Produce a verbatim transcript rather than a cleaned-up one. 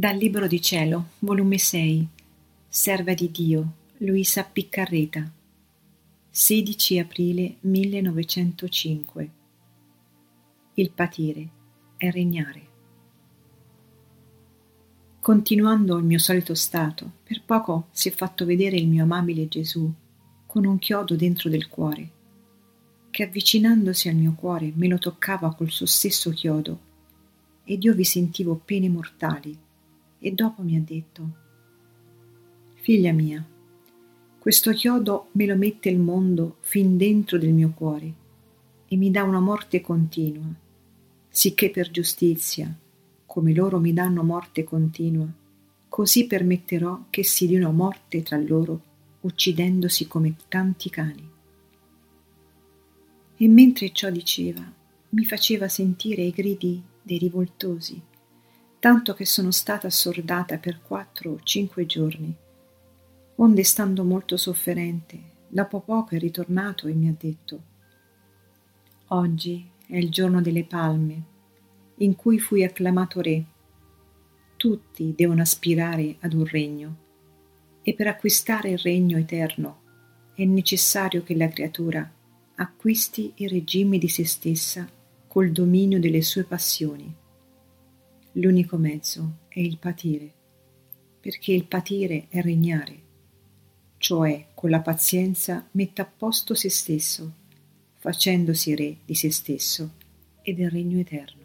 Dal Libro di Cielo, volume sei, Serva di Dio, Luisa Piccarreta, sedici aprile millenovecentocinque. Il patire è regnare. Continuando il mio solito stato, per poco si è fatto vedere il mio amabile Gesù con un chiodo dentro del cuore, che avvicinandosi al mio cuore me lo toccava col suo stesso chiodo, ed io vi sentivo pene mortali. E dopo mi ha detto: figlia mia, questo chiodo me lo mette il mondo fin dentro del mio cuore e mi dà una morte continua, sicché per giustizia, come loro mi danno morte continua, così permetterò che si diano morte tra loro, uccidendosi come tanti cani. E mentre ciò diceva, mi faceva sentire i gridi dei rivoltosi, tanto che sono stata assordata per quattro o cinque giorni, onde stando molto sofferente, dopo poco è ritornato e mi ha detto: oggi è il giorno delle palme, in cui fui acclamato re. Tutti devono aspirare ad un regno, e per acquistare il regno eterno è necessario che la creatura acquisti il regime di se stessa col dominio delle sue passioni. L'unico mezzo è il patire, perché il patire è regnare, cioè con la pazienza mette a posto se stesso, facendosi re di se stesso e del regno eterno.